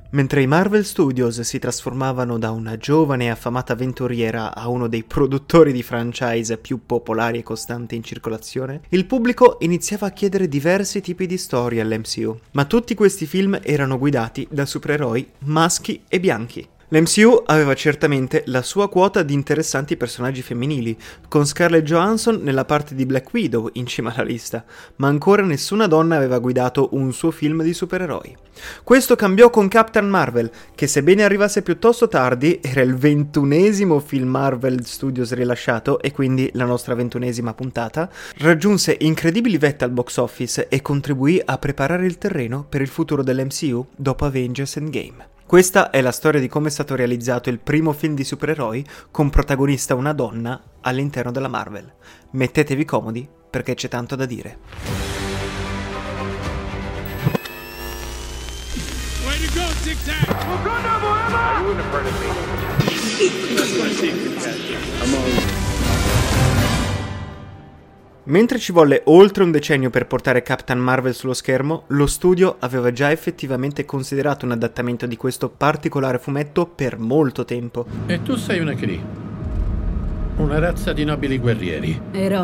Mentre i Marvel Studios si trasformavano da una giovane e affamata avventuriera a uno dei produttori di franchise più popolari e costanti in circolazione, il pubblico iniziava a chiedere diversi tipi di storie all'MCU, ma tutti questi film erano guidati da supereroi maschi e bianchi. L'MCU aveva certamente la sua quota di interessanti personaggi femminili, con Scarlett Johansson nella parte di Black Widow in cima alla lista, ma ancora nessuna donna aveva guidato un suo film di supereroi. Questo cambiò con Captain Marvel, che sebbene arrivasse piuttosto tardi, era il 21esimo film Marvel Studios rilasciato e quindi la nostra 21esima puntata, raggiunse incredibili vette al box office e contribuì a preparare il terreno per il futuro dell'MCU dopo Avengers Endgame. Questa è la storia di come è stato realizzato il primo film di supereroi con protagonista una donna all'interno della Marvel. Mettetevi comodi perché c'è tanto da dire. Way to go, Tic Tac! Wakanda forever! You wouldn't have heard of me. That's my secret. I'm on. Mentre ci volle oltre un decennio per portare Captain Marvel sullo schermo, lo studio aveva già effettivamente considerato un adattamento di questo particolare fumetto per molto tempo. E tu sei una Kree, una razza di nobili guerrieri.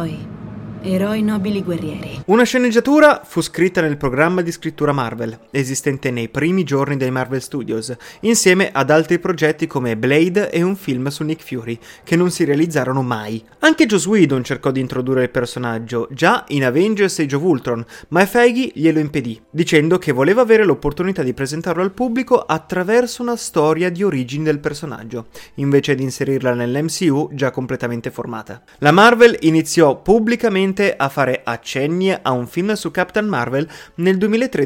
Eroi nobili guerrieri. Una sceneggiatura fu scritta nel programma di scrittura Marvel, esistente nei primi giorni dei Marvel Studios, insieme ad altri progetti come Blade e un film su Nick Fury, che non si realizzarono mai. Anche Joss Whedon cercò di introdurre il personaggio, già in Avengers Age of Ultron, ma Feige glielo impedì, dicendo che voleva avere l'opportunità di presentarlo al pubblico attraverso una storia di origini del personaggio, invece di inserirla nell'MCU già completamente formata. La Marvel iniziò pubblicamente a fare accenni a un film su Captain Marvel nel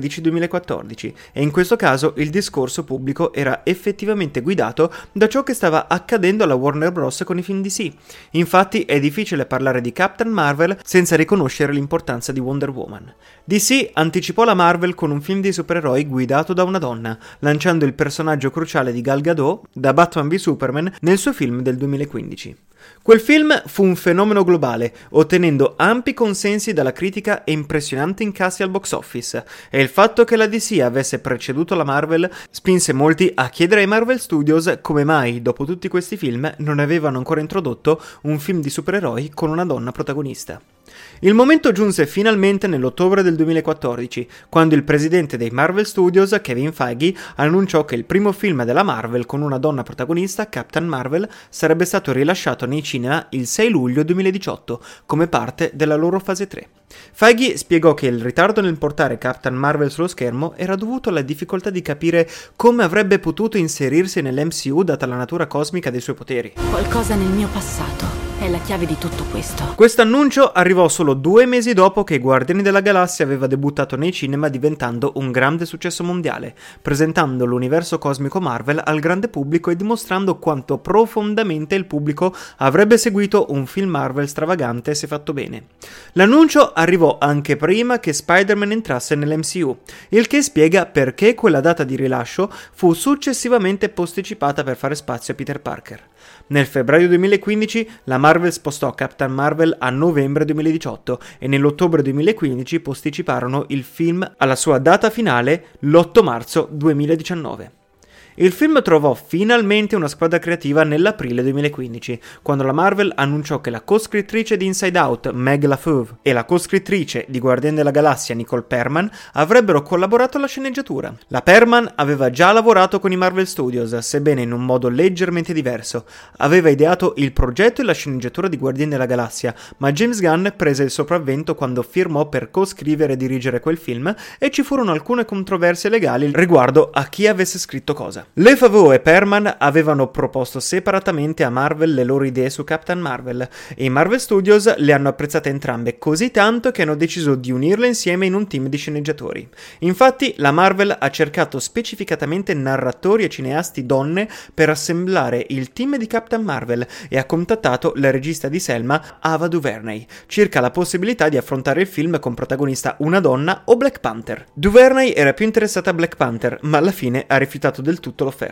2013-2014 e in questo caso il discorso pubblico era effettivamente guidato da ciò che stava accadendo alla Warner Bros. Con i film DC. Infatti è difficile parlare di Captain Marvel senza riconoscere l'importanza di Wonder Woman. DC anticipò la Marvel con un film di supereroi guidato da una donna, lanciando il personaggio cruciale di Gal Gadot da Batman v Superman nel suo film del 2015. Quel film fu un fenomeno globale, ottenendo ampi consensi dalla critica e impressionanti incassi al box office, e il fatto che la DC avesse preceduto la Marvel spinse molti a chiedere ai Marvel Studios come mai, dopo tutti questi film, non avevano ancora introdotto un film di supereroi con una donna protagonista. Il momento giunse finalmente nell'ottobre del 2014, quando il presidente dei Marvel Studios, Kevin Feige, annunciò che il primo film della Marvel con una donna protagonista, Captain Marvel, sarebbe stato rilasciato nei cinema il 6 luglio 2018, come parte della loro fase 3. Feige spiegò che il ritardo nel portare Captain Marvel sullo schermo era dovuto alla difficoltà di capire come avrebbe potuto inserirsi nell'MCU data la natura cosmica dei suoi poteri. Qualcosa nel mio passato è la chiave di tutto questo. Questo annuncio arrivò solo 2 mesi dopo che Guardiani della Galassia aveva debuttato nei cinema diventando un grande successo mondiale, presentando l'universo cosmico Marvel al grande pubblico e dimostrando quanto profondamente il pubblico avrebbe seguito un film Marvel stravagante se fatto bene. L'annuncio arrivò anche prima che Spider-Man entrasse nell'MCU, il che spiega perché quella data di rilascio fu successivamente posticipata per fare spazio a Peter Parker. Nel febbraio 2015 la Marvel spostò Captain Marvel a novembre 2018 e nell'ottobre 2015 posticiparono il film alla sua data finale l'8 marzo 2019. Il film trovò finalmente una squadra creativa nell'aprile 2015, quando la Marvel annunciò che la co-scrittrice di Inside Out, Meg LaFauve, e la co-scrittrice di Guardiani della Galassia, Nicole Perman, avrebbero collaborato alla sceneggiatura. La Perman aveva già lavorato con i Marvel Studios, sebbene in un modo leggermente diverso. Aveva ideato il progetto e la sceneggiatura di Guardiani della Galassia, ma James Gunn prese il sopravvento quando firmò per co-scrivere e dirigere quel film e ci furono alcune controversie legali riguardo a chi avesse scritto cosa. LaFauve e Perman avevano proposto separatamente a Marvel le loro idee su Captain Marvel e i Marvel Studios le hanno apprezzate entrambe così tanto che hanno deciso di unirle insieme in un team di sceneggiatori. Infatti la Marvel ha cercato specificatamente narratori e cineasti donne per assemblare il team di Captain Marvel e ha contattato la regista di Selma, Ava DuVernay, circa la possibilità di affrontare il film con protagonista una donna o Black Panther. DuVernay era più interessata a Black Panther, ma alla fine ha rifiutato del tutto l'offerta.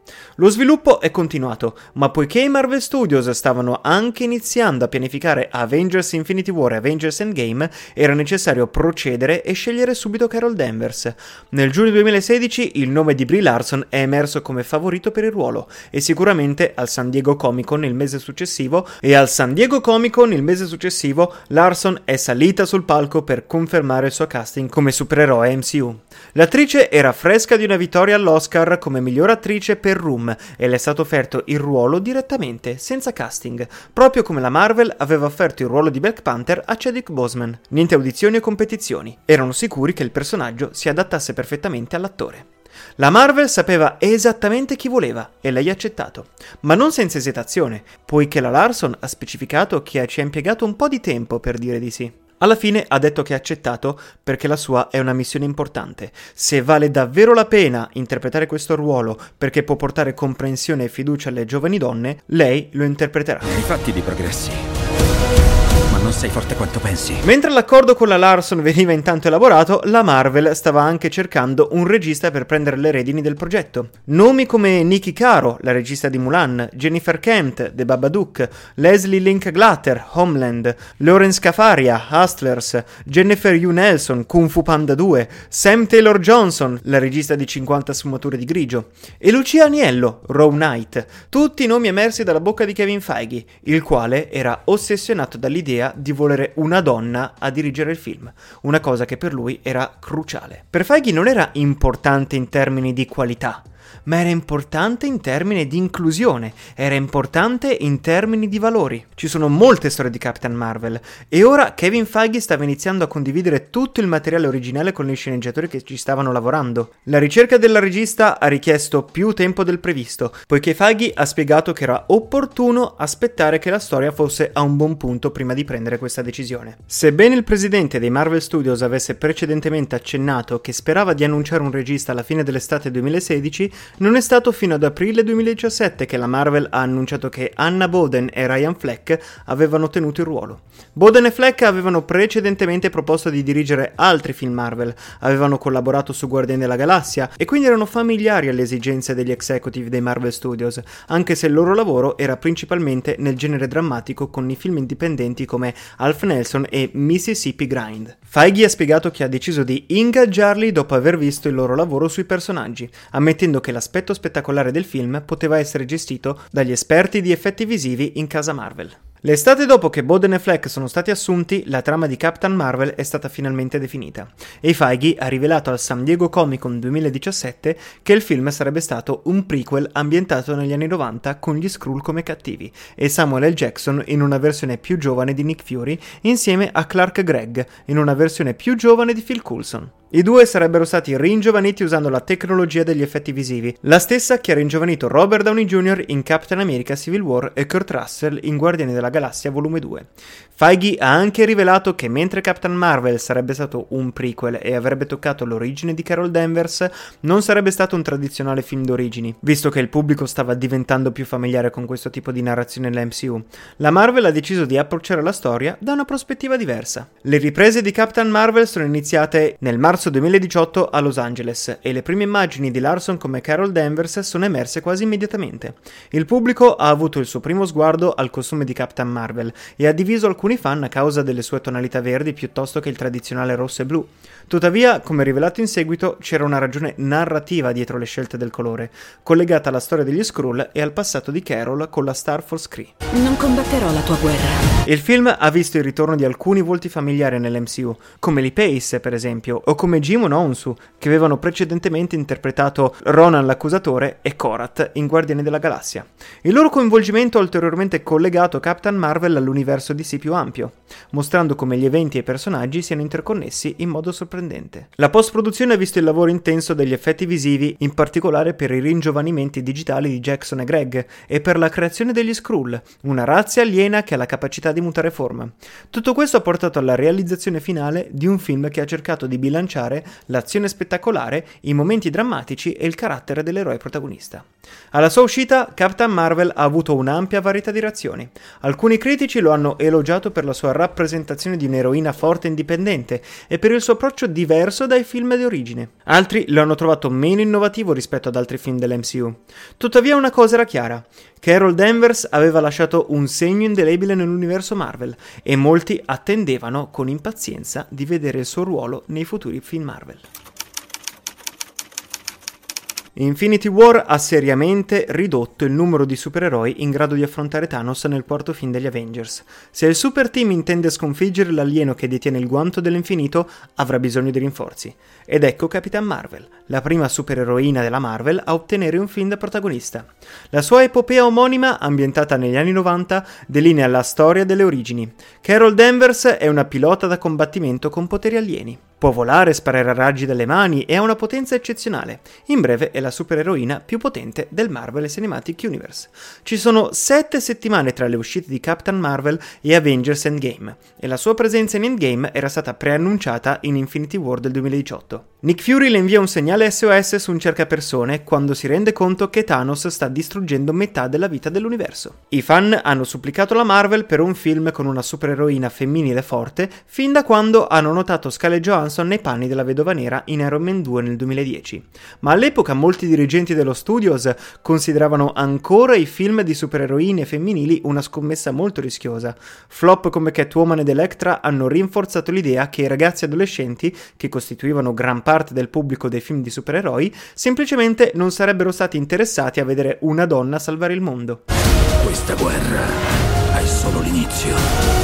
Lo sviluppo è continuato, ma poiché i Marvel Studios stavano anche iniziando a pianificare Avengers Infinity War e Avengers Endgame, era necessario procedere e scegliere subito Carol Danvers. Nel giugno 2016 il nome di Brie Larson è emerso come favorito per il ruolo e sicuramente al San Diego Comic-Con il mese successivo Larson è salita sul palco per confermare il suo casting come supereroe MCU. L'attrice era fresca di una vittoria all'Oscar come miglior attrice per Room e le è stato offerto il ruolo direttamente, senza casting, proprio come la Marvel aveva offerto il ruolo di Black Panther a Chadwick Boseman. Niente audizioni o competizioni, erano sicuri che il personaggio si adattasse perfettamente all'attore. La Marvel sapeva esattamente chi voleva e lei ha accettato, ma non senza esitazione, poiché la Larson ha specificato che ci ha impiegato un po' di tempo per dire di sì. Alla fine ha detto che ha accettato perché la sua è una missione importante. Se vale davvero la pena interpretare questo ruolo perché può portare comprensione e fiducia alle giovani donne, lei lo interpreterà. Hai fatti di progressi, ma non sei forte quanto pensi. Mentre l'accordo con la Larson veniva intanto elaborato, la Marvel stava anche cercando un regista per prendere le redini del progetto. Nomi come Nikki Caro, la regista di Mulan, Jennifer Kent, The Babadook, Leslie Link Glatter, Homeland, Lawrence Cafaria, Hustlers, Jennifer Hugh Nelson, Kung Fu Panda 2, Sam Taylor Johnson, la regista di 50 sfumature di grigio, e Lucia Aniello, Raw Knight, tutti nomi emersi dalla bocca di Kevin Feige, il quale era ossessionato dall'idea di volere una donna a dirigere il film, una cosa che per lui era cruciale. Per Feige non era importante in termini di qualità, ma era importante in termini di inclusione, era importante in termini di valori. Ci sono molte storie di Captain Marvel e ora Kevin Feige stava iniziando a condividere tutto il materiale originale con gli sceneggiatori che ci stavano lavorando. La ricerca della regista ha richiesto più tempo del previsto, poiché Feige ha spiegato che era opportuno aspettare che la storia fosse a un buon punto prima di prendere questa decisione. Sebbene il presidente dei Marvel Studios avesse precedentemente accennato che sperava di annunciare un regista alla fine dell'estate 2016, non è stato fino ad aprile 2017 che la Marvel ha annunciato che Anna Boden e Ryan Fleck avevano ottenuto il ruolo. Boden e Fleck avevano precedentemente proposto di dirigere altri film Marvel, avevano collaborato su Guardiani della Galassia e quindi erano familiari alle esigenze degli executive dei Marvel Studios, anche se il loro lavoro era principalmente nel genere drammatico con i film indipendenti come Alf Nelson e Mississippi Grind. Feige ha spiegato che ha deciso di ingaggiarli dopo aver visto il loro lavoro sui personaggi, ammettendo che l'aspetto spettacolare del film poteva essere gestito dagli esperti di effetti visivi in casa Marvel. L'estate dopo che Boden e Fleck sono stati assunti, la trama di Captain Marvel è stata finalmente definita e Feige ha rivelato al San Diego Comic-Con 2017 che il film sarebbe stato un prequel ambientato negli anni 90 con gli Skrull come cattivi e Samuel L. Jackson in una versione più giovane di Nick Fury insieme a Clark Gregg in una versione più giovane di Phil Coulson. I due sarebbero stati ringiovaniti usando la tecnologia degli effetti visivi, la stessa che ha ringiovanito Robert Downey Jr. in Captain America Civil War e Kurt Russell in Guardiani della Galassia Volume 2. Feige ha anche rivelato che mentre Captain Marvel sarebbe stato un prequel e avrebbe toccato l'origine di Carol Danvers, non sarebbe stato un tradizionale film d'origini, visto che il pubblico stava diventando più familiare con questo tipo di narrazione nell'MCU. La Marvel ha deciso di approcciare la storia da una prospettiva diversa. Le riprese di Captain Marvel sono iniziate nel marzo 2018 a Los Angeles e le prime immagini di Larson come Carol Danvers sono emerse quasi immediatamente. Il pubblico ha avuto il suo primo sguardo al costume di Captain Marvel e ha diviso alcuni fan a causa delle sue tonalità verdi piuttosto che il tradizionale rosso e blu. Tuttavia, come rivelato in seguito, c'era una ragione narrativa dietro le scelte del colore, collegata alla storia degli Skrull e al passato di Carol con la Star Force Kree. Non combatterò la tua guerra. Il film ha visto il ritorno di alcuni volti familiari nell'MCU, come Lee Pace per esempio, o come Jimon Onsu, che avevano precedentemente interpretato Ronan l'accusatore e Korath in Guardiani della Galassia. Il loro coinvolgimento ha ulteriormente collegato Captain Marvel all'universo DC più ampio, mostrando come gli eventi e i personaggi siano interconnessi in modo sorprendente. La post-produzione ha visto il lavoro intenso degli effetti visivi, in particolare per i ringiovanimenti digitali di Jackson e Gregg, e per la creazione degli Skrull, una razza aliena che ha la capacità di mutare forma. Tutto questo ha portato alla realizzazione finale di un film che ha cercato di bilanciare l'azione spettacolare, i momenti drammatici e il carattere dell'eroe protagonista. Alla sua uscita, Captain Marvel ha avuto un'ampia varietà di reazioni. Alcuni critici lo hanno elogiato per la sua rappresentazione di un'eroina forte e indipendente e per il suo approccio diverso dai film di origine. Altri lo hanno trovato meno innovativo rispetto ad altri film dell'MCU. Tuttavia una cosa era chiara: Carol Danvers aveva lasciato un segno indelebile nell'universo Marvel e molti attendevano con impazienza di vedere il suo ruolo nei futuri film Marvel. Infinity War ha seriamente ridotto il numero di supereroi in grado di affrontare Thanos nel quarto film degli Avengers. Se il super team intende sconfiggere l'alieno che detiene il guanto dell'infinito, avrà bisogno di rinforzi. Ed ecco Capitan Marvel, la prima supereroina della Marvel a ottenere un film da protagonista. La sua epopea omonima, ambientata negli anni 90, delinea la storia delle origini. Carol Danvers è una pilota da combattimento con poteri alieni. Può volare, sparare a raggi dalle mani e ha una potenza eccezionale. In breve è la supereroina più potente del Marvel Cinematic Universe. Ci sono 7 settimane tra le uscite di Captain Marvel e Avengers Endgame, e la sua presenza in Endgame era stata preannunciata in Infinity War del 2018. Nick Fury le invia un segnale SOS su un cercapersone quando si rende conto che Thanos sta distruggendo metà della vita dell'universo. I fan hanno supplicato la Marvel per un film con una supereroina femminile forte fin da quando hanno notato Scarlett Johansson nei panni della Vedova Nera in Iron Man 2 nel 2010. Ma all'epoca molti dirigenti dello studios consideravano ancora i film di supereroine femminili una scommessa molto rischiosa. Flop come Catwoman ed Elektra hanno rinforzato l'idea che i ragazzi adolescenti, che costituivano gran parte del pubblico dei film di supereroi, semplicemente non sarebbero stati interessati a vedere una donna salvare il mondo. Questa guerra è solo l'inizio.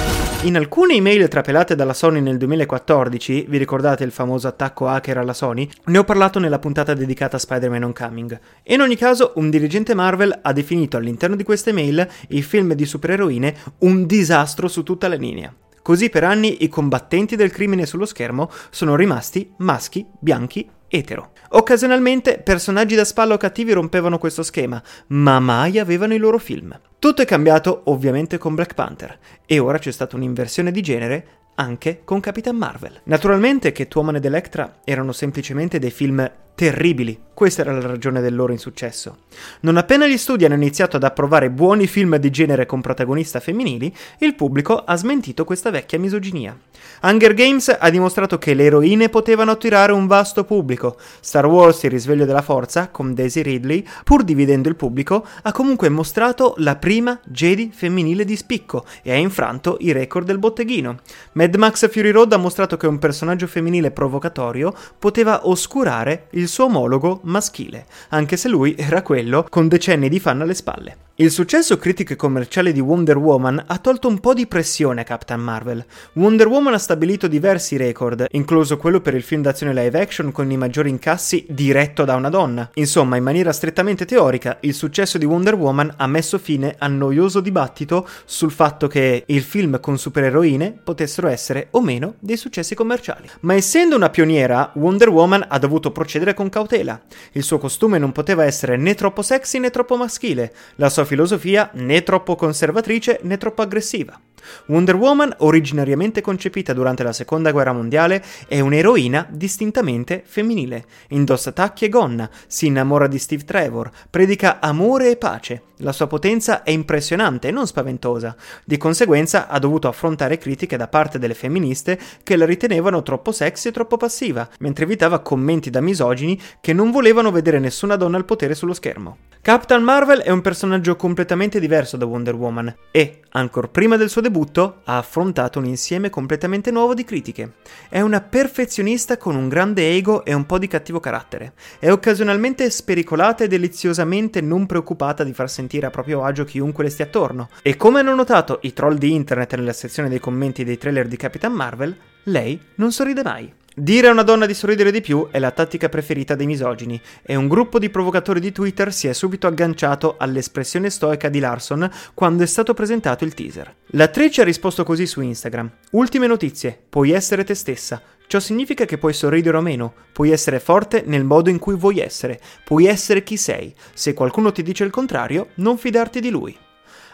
In alcune email trapelate dalla Sony nel 2014, vi ricordate il famoso attacco hacker alla Sony? Ne ho parlato nella puntata dedicata a Spider-Man Homecoming. In ogni caso, un dirigente Marvel ha definito all'interno di queste mail i film di supereroine un disastro su tutta la linea. Così per anni i combattenti del crimine sullo schermo sono rimasti maschi, bianchi, etero. Occasionalmente personaggi da spalla o cattivi rompevano questo schema, ma mai avevano i loro film. Tutto è cambiato ovviamente con Black Panther, e ora c'è stata un'inversione di genere anche con Capitan Marvel. Naturalmente Catwoman ed Elektra erano semplicemente dei film terribili, questa era la ragione del loro insuccesso. Non appena gli studi hanno iniziato ad approvare buoni film di genere con protagoniste femminili, il pubblico ha smentito questa vecchia misoginia. Hunger Games ha dimostrato che le eroine potevano attirare un vasto pubblico. Star Wars Il risveglio della forza, con Daisy Ridley, pur dividendo il pubblico, ha comunque mostrato la prima Jedi femminile di spicco e ha infranto i record del botteghino. Mad Max Fury Road ha mostrato che un personaggio femminile provocatorio poteva oscurare il suo omologo maschile, anche se lui era quello con decenni di fan alle spalle. Il successo critico e commerciale di Wonder Woman ha tolto un po' di pressione a Captain Marvel. Wonder Woman ha stabilito diversi record, incluso quello per il film d'azione live action con i maggiori incassi diretto da una donna. Insomma, in maniera strettamente teorica, il successo di Wonder Woman ha messo fine al noioso dibattito sul fatto che il film con supereroine potessero essere o meno dei successi commerciali. Ma essendo una pioniera, Wonder Woman ha dovuto procedere con cautela. Il suo costume non poteva essere né troppo sexy né troppo maschile, la sua filosofia né troppo conservatrice né troppo aggressiva. Wonder Woman, originariamente concepita durante la Seconda Guerra Mondiale, è un'eroina distintamente femminile. Indossa tacchi e gonna, si innamora di Steve Trevor, predica amore e pace. La sua potenza è impressionante e non spaventosa. Di conseguenza ha dovuto affrontare critiche da parte delle femministe che la ritenevano troppo sexy e troppo passiva, mentre evitava commenti da misogini che non volevano vedere nessuna donna al potere sullo schermo. Captain Marvel è un personaggio completamente diverso da Wonder Woman e, ancor prima del suo debutto, ha affrontato un insieme completamente nuovo di critiche. È una perfezionista con un grande ego e un po' di cattivo carattere. È occasionalmente spericolata e deliziosamente non preoccupata di far sentire a proprio agio chiunque le stia attorno. E come hanno notato i troll di internet nella sezione dei commenti dei trailer di Capitan Marvel, lei non sorride mai. Dire a una donna di sorridere di più è la tattica preferita dei misogini, e un gruppo di provocatori di Twitter si è subito agganciato all'espressione stoica di Larson quando è stato presentato il teaser. L'attrice ha risposto così su Instagram: "Ultime notizie, puoi essere te stessa. Ciò significa che puoi sorridere o meno, puoi essere forte nel modo in cui vuoi essere, puoi essere chi sei. Se qualcuno ti dice il contrario, non fidarti di lui."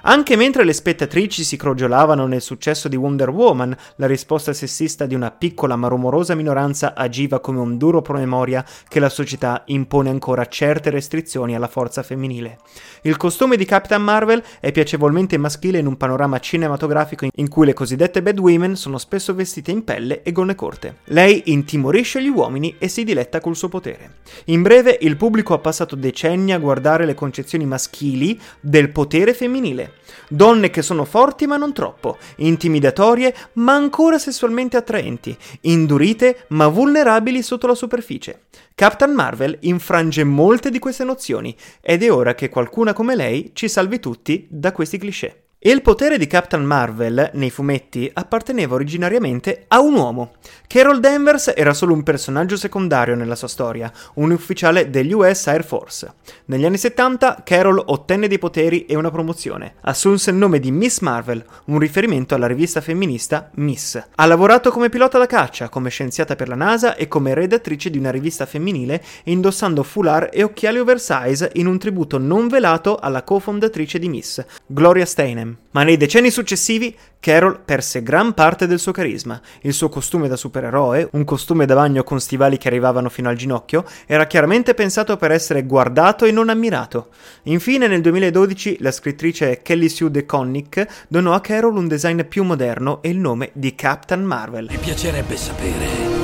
Anche mentre le spettatrici si crogiolavano nel successo di Wonder Woman, la risposta sessista di una piccola ma rumorosa minoranza agiva come un duro promemoria che la società impone ancora certe restrizioni alla forza femminile. Il costume di Capitan Marvel è piacevolmente maschile in un panorama cinematografico in cui le cosiddette bad women sono spesso vestite in pelle e gonne corte. Lei intimorisce gli uomini e si diletta col suo potere. In breve, il pubblico ha passato decenni a guardare le concezioni maschili del potere femminile. Donne che sono forti ma non troppo, intimidatorie ma ancora sessualmente attraenti, indurite ma vulnerabili sotto la superficie. Captain Marvel infrange molte di queste nozioni ed è ora che qualcuna come lei ci salvi tutti da questi cliché. Il potere di Captain Marvel, nei fumetti, apparteneva originariamente a un uomo. Carol Danvers era solo un personaggio secondario nella sua storia, un ufficiale degli US Air Force. Negli anni 70 Carol ottenne dei poteri e una promozione. Assunse il nome di Miss Marvel, un riferimento alla rivista femminista Miss. Ha lavorato come pilota da caccia, come scienziata per la NASA e come redattrice di una rivista femminile, indossando foulard e occhiali oversize in un tributo non velato alla cofondatrice di Miss, Gloria Steinem. Ma nei decenni successivi Carol perse gran parte del suo carisma. Il suo costume da supereroe, un costume da bagno con stivali che arrivavano fino al ginocchio, era chiaramente pensato per essere guardato e non ammirato. Infine nel 2012 la scrittrice Kelly Sue DeConnick donò a Carol un design più moderno e il nome di Captain Marvel. Mi piacerebbe sapere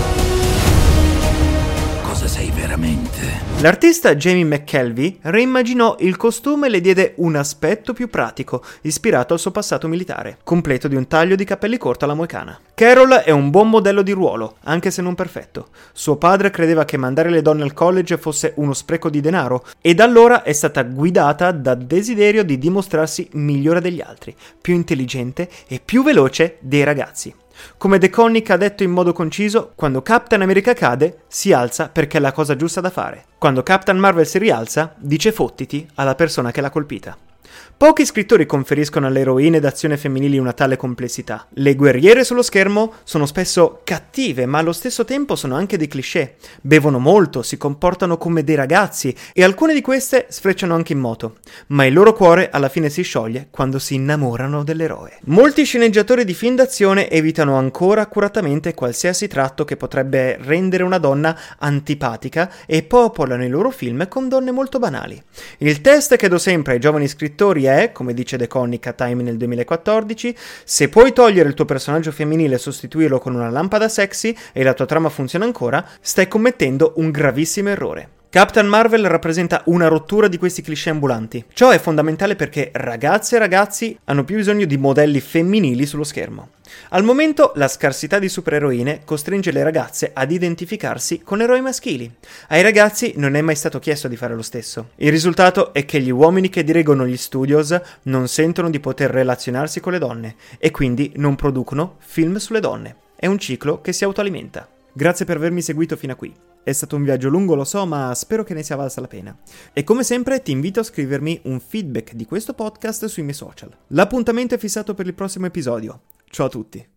cosa sei veramente. L'artista Jamie McKelvey reimmaginò il costume e le diede un aspetto più pratico, ispirato al suo passato militare, completo di un taglio di capelli corto alla moicana. Carol è un buon modello di ruolo, anche se non perfetto. Suo padre credeva che mandare le donne al college fosse uno spreco di denaro, e da allora è stata guidata dal desiderio di dimostrarsi migliore degli altri, più intelligente e più veloce dei ragazzi. Come DeConnick ha detto in modo conciso, quando Captain America cade, si alza perché è la cosa giusta da fare. Quando Captain Marvel si rialza, dice fottiti alla persona che l'ha colpita. Pochi scrittori conferiscono alle eroine d'azione femminili una tale complessità. Le guerriere sullo schermo sono spesso cattive, ma allo stesso tempo sono anche dei cliché. Bevono molto, si comportano come dei ragazzi e alcune di queste sfrecciano anche in moto. Ma il loro cuore alla fine si scioglie quando si innamorano dell'eroe. Molti sceneggiatori di film d'azione evitano ancora accuratamente qualsiasi tratto che potrebbe rendere una donna antipatica e popolano i loro film con donne molto banali. Il test che do sempre ai giovani scrittori è, come dice DeConnick a Time nel 2014, se puoi togliere il tuo personaggio femminile e sostituirlo con una lampada sexy e la tua trama funziona ancora, stai commettendo un gravissimo errore. Captain Marvel rappresenta una rottura di questi cliché ambulanti. Ciò è fondamentale perché ragazze e ragazzi hanno più bisogno di modelli femminili sullo schermo. Al momento la scarsità di supereroine costringe le ragazze ad identificarsi con eroi maschili. Ai ragazzi non è mai stato chiesto di fare lo stesso. Il risultato è che gli uomini che dirigono gli studios non sentono di poter relazionarsi con le donne e quindi non producono film sulle donne. È un ciclo che si autoalimenta. Grazie per avermi seguito fino a qui. È stato un viaggio lungo, lo so, ma spero che ne sia valsa la pena. E come sempre ti invito a scrivermi un feedback di questo podcast sui miei social. L'appuntamento è fissato per il prossimo episodio. Ciao a tutti.